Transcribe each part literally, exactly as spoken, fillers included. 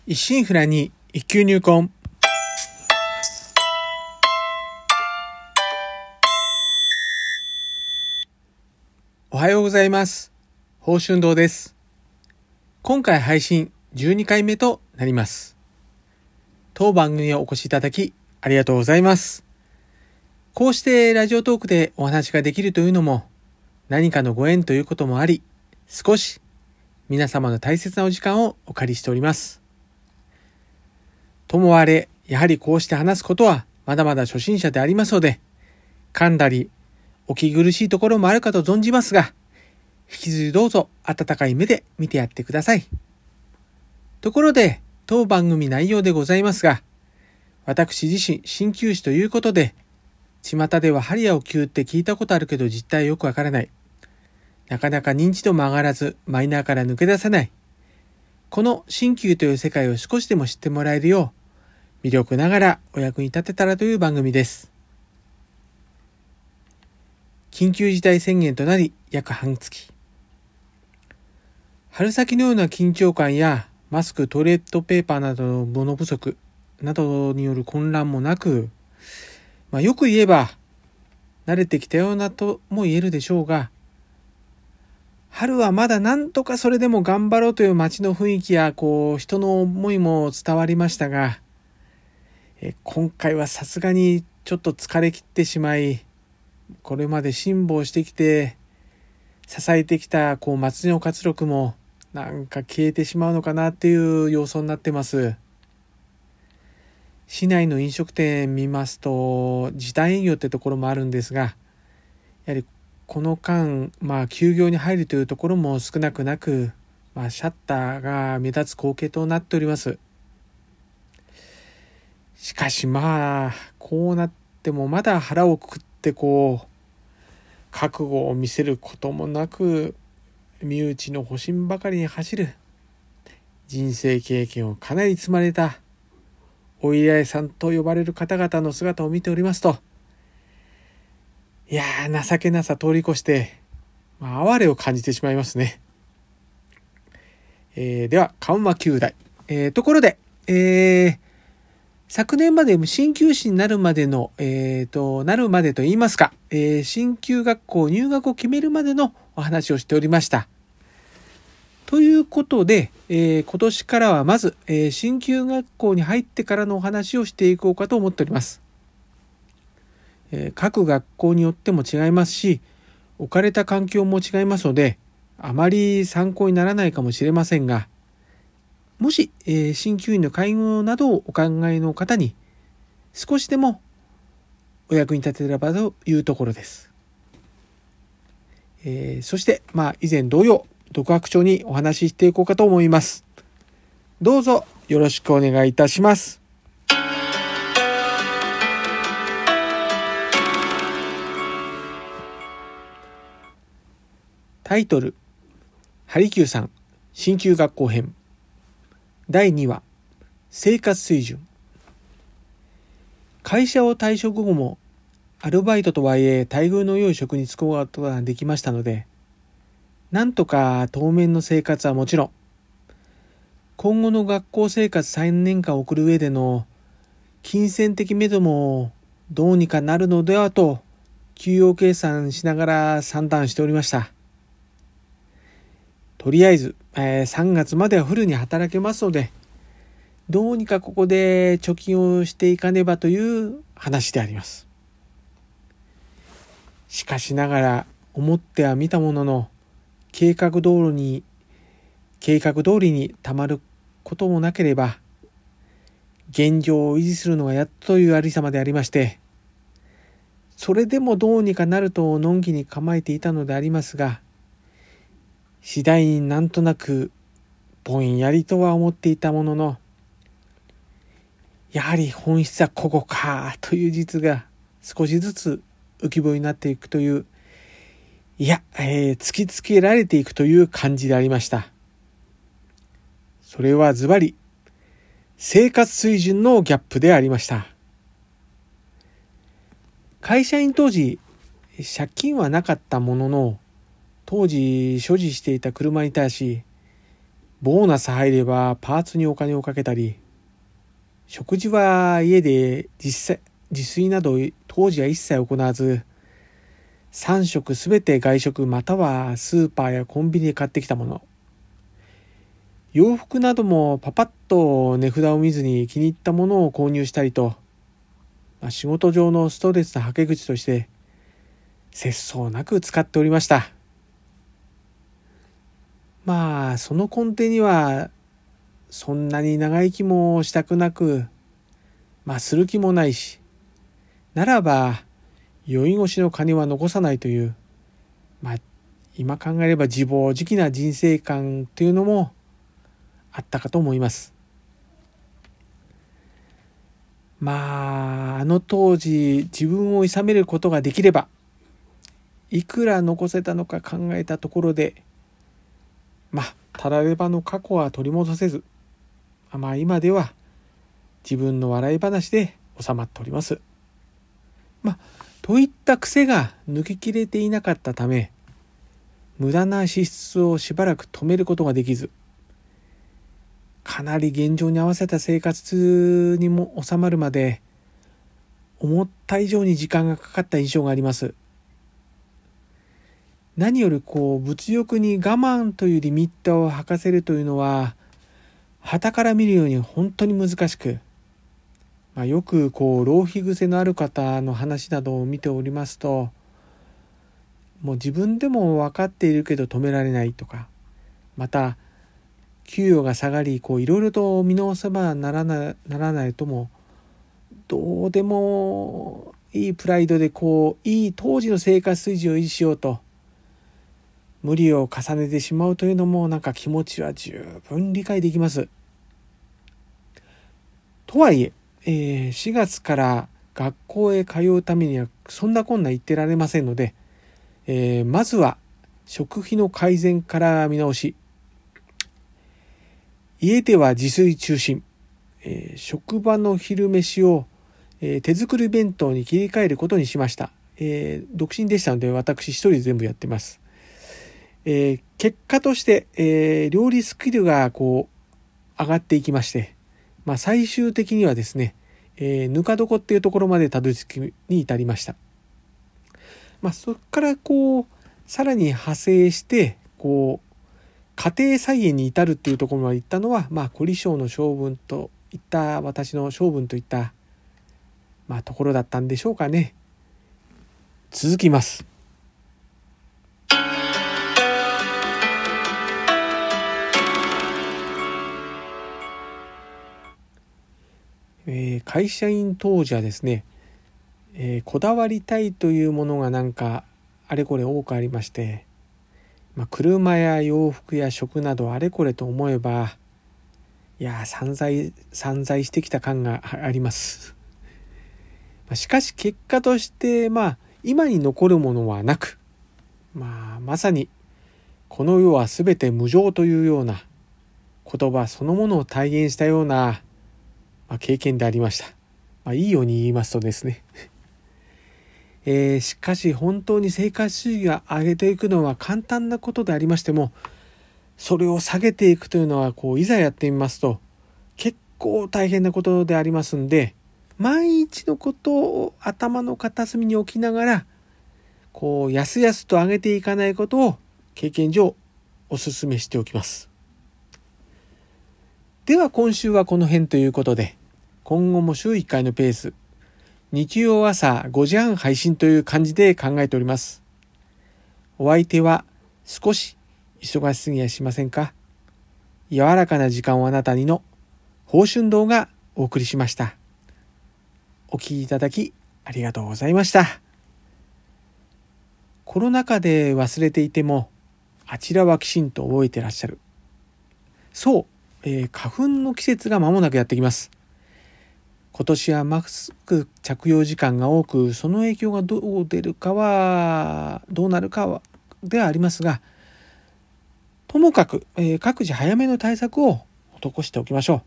一心不乱に一級入魂。おはようございます。宝春堂です。今回配信じゅうにかいめとなります。当番組にお越しいただきありがとうございます。こうしてラジオトークでお話ができるというのも何かのご縁ということもあり、少し皆様の大切なお時間をお借りしております。ともあれ、やはりこうして話すことはまだまだ初心者でありますので、噛んだりお聞き苦しいところもあるかと存じますが、引き続きどうぞ温かい目で見てやってください。ところで、当番組内容でございますが、私自身鍼灸師ということで、巷では針やお灸って聞いたことあるけど実態よくわからない。なかなか認知度も上がらずマイナーから抜け出さない。この鍼灸という世界を少しでも知ってもらえるよう、魅力ながらお役に立てたらという番組です。緊急事態宣言となり約半月。春先のような緊張感やマスク、トイレットペーパーなどの物不足などによる混乱もなく、まあ、よく言えば慣れてきたようなとも言えるでしょうが、春はまだなんとかそれでも頑張ろうという街の雰囲気やこう人の思いも伝わりましたが、え今回はさすがにちょっと疲れ切ってしまい、これまで辛抱してきて支えてきたこう祭りの活力もなんか消えてしまうのかなっていう様相になってます。市内の飲食店見ますと時短営業ってところもあるんですが、やはりこの間、まあ休業に入るというところも少なくなく、まあシャッターが目立つ光景となっております。しかしまあこうなってもまだ腹をくくってこう覚悟を見せることもなく、身内の保身ばかりに走る人生経験をかなり積まれたお依頼さんと呼ばれる方々の姿を見ておりますと、いやー情けなさ通り越して、まあ、哀れを感じてしまいますね。えー、では緩和きゅうだい、えー、ところで、えー、昨年まで鍼灸師になるまでの、えーと、なるまでと言いますか、えー、鍼灸学校入学を決めるまでのお話をしておりました。ということで、えー、今年からはまず、えー、鍼灸学校に入ってからのお話をしていこうかと思っております。えー、各学校によっても違いますし、置かれた環境も違いますので、あまり参考にならないかもしれませんが、もし、えー、鍼灸院の開業などをお考えの方に少しでもお役に立てればというところです。えー、そして、まあ以前同様、独学長にお話ししていこうかと思います。どうぞよろしくお願いいたします。タイトル、ハリキューさん鍼灸学校編。だいにわ、生活水準。会社を退職後もアルバイトとはいえ待遇の良い職に就くことができましたので、なんとか当面の生活はもちろん、今後の学校生活さんねんかんを送る上での金銭的目処もどうにかなるのではと給与計算しながら算段しておりました。とりあえず、えー、さんがつまではフルに働けますので、どうにかここで貯金をしていかねばという話であります。しかしながら思ってはみたものの、計画通りに計画通りにたまることもなければ、現状を維持するのがやっとというありさまでありまして、それでもどうにかなるとのんきに構えていたのでありますが、次第になんとなくぼんやりとは思っていたものの、やはり本質はここかという実が少しずつ浮き彫りになっていくという、いや、えー、突きつけられていくという感じでありました。それはズバリ生活水準のギャップでありました。会社員当時借金はなかったものの、当時所持していた車に対しボーナス入ればパーツにお金をかけたり、食事は家で実際自炊など当時は一切行わず、さん食すべて外食またはスーパーやコンビニで買ってきたもの。洋服などもパパッと値札を見ずに気に入ったものを購入したりと、まあ、仕事上のストレスのはけ口として節操なく使っておりました。まあその根底にはそんなに長生きもしたくなく、まあする気もないし、ならば酔い越しの金は残さないという、まあ今考えれば自暴自棄な人生観というのもあったかと思います。まああの当時自分を諌めることができれば、いくら残せたのか考えたところで、まあたらればの過去は取り戻せず、まあ今では自分の笑い話で収まっております。まあといった癖が抜けきれていなかったため、無駄な支出をしばらく止めることができず、かなり現状に合わせた生活にも収まるまで思った以上に時間がかかった印象があります。何よりこう物欲に我慢というリミッターを履かせるというのは傍から見るように本当に難しく、まあ、よくこう浪費癖のある方の話などを見ておりますと、もう自分でも分かっているけど止められないとか、また給与が下がりこういろいろと見直せばならない、ならないともどうでもいいプライドでこういい当時の生活水準を維持しようと無理を重ねてしまうというのもなんか気持ちは十分理解できます。とはいええー、しがつから学校へ通うためにはそんなこんな言ってられませんので、えー、まずは食費の改善から見直し、家では自炊中心、えー、職場の昼飯を、えー、手作り弁当に切り替えることにしました。えー、独身でしたので私一人で全部やってます。えー、結果として、えー、料理スキルがこう上がっていきまして、まあ、最終的にはですね、えー、ぬか床っていうところまでたどり着きに至りました。まあ、そこからこうさらに派生してこう家庭菜園に至るっていうところまで行ったのは、まあ凝り性の性分といった私の性分といった、まあ、ところだったんでしょうかね。続きます。えー、会社員当時はですね、えー、こだわりたいというものがなんかあれこれ多くありまして、まあ、車や洋服や食などあれこれと思えば、いや散財散財してきた感があります。しかし結果としてまあ今に残るものはなく、まあまさにこの世はすべて無常というような言葉そのものを体現したような、まあ、経験でありました。まあ、いいように言いますとですね、えー、しかし本当に生活主義が上げていくのは簡単なことでありましても、それを下げていくというのはこういざやってみますと結構大変なことでありますんで、毎日のことを頭の片隅に置きながらこうやすやすと上げていかないことを経験上お勧めしておきます。では今週はこの辺ということで、今後も週いっかいのペース、日曜朝ごじはん配信という感じで考えております。お相手は少し忙しすぎやしませんか？柔らかな時間をあなたにの宝春堂がお送りしました。お聞きいただきありがとうございました。コロナ禍で忘れていてもあちらはきちんと覚えてらっしゃる。そう、えー、花粉の季節が間もなくやってきます。今年はマスク着用時間が多く、その影響がどう出るかはどうなるかはではありますが、ともかく、えー、各自早めの対策を施しておきましょう。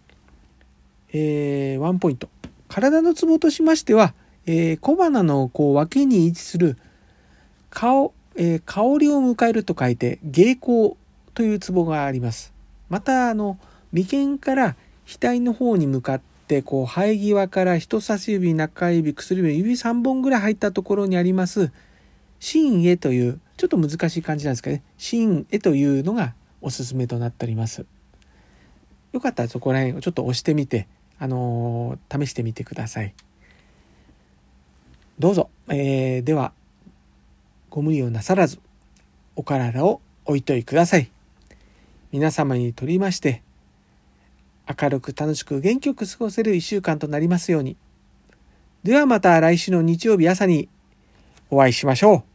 えー、ワンポイント、体のツボとしましては、えー、小鼻のこう脇に位置する顔、えー、香りを迎えると書いて芸香というツボがあります。 またあの眉間から額の方に向かってこう生え際から人差し指、中指、薬指、指さんぼんぐらい入ったところにあります心会というちょっと難しい感じなんですけどね、心会というのがおすすめとなっております。よかったらそこら辺をちょっと押してみて、あのー、試してみてください。どうぞ、えー、ではご無理をなさらずお体をおいといください。皆様にとりまして明るく楽しく元気よく過ごせるいっしゅうかんとなりますように。ではまた来週の日曜日朝にお会いしましょう。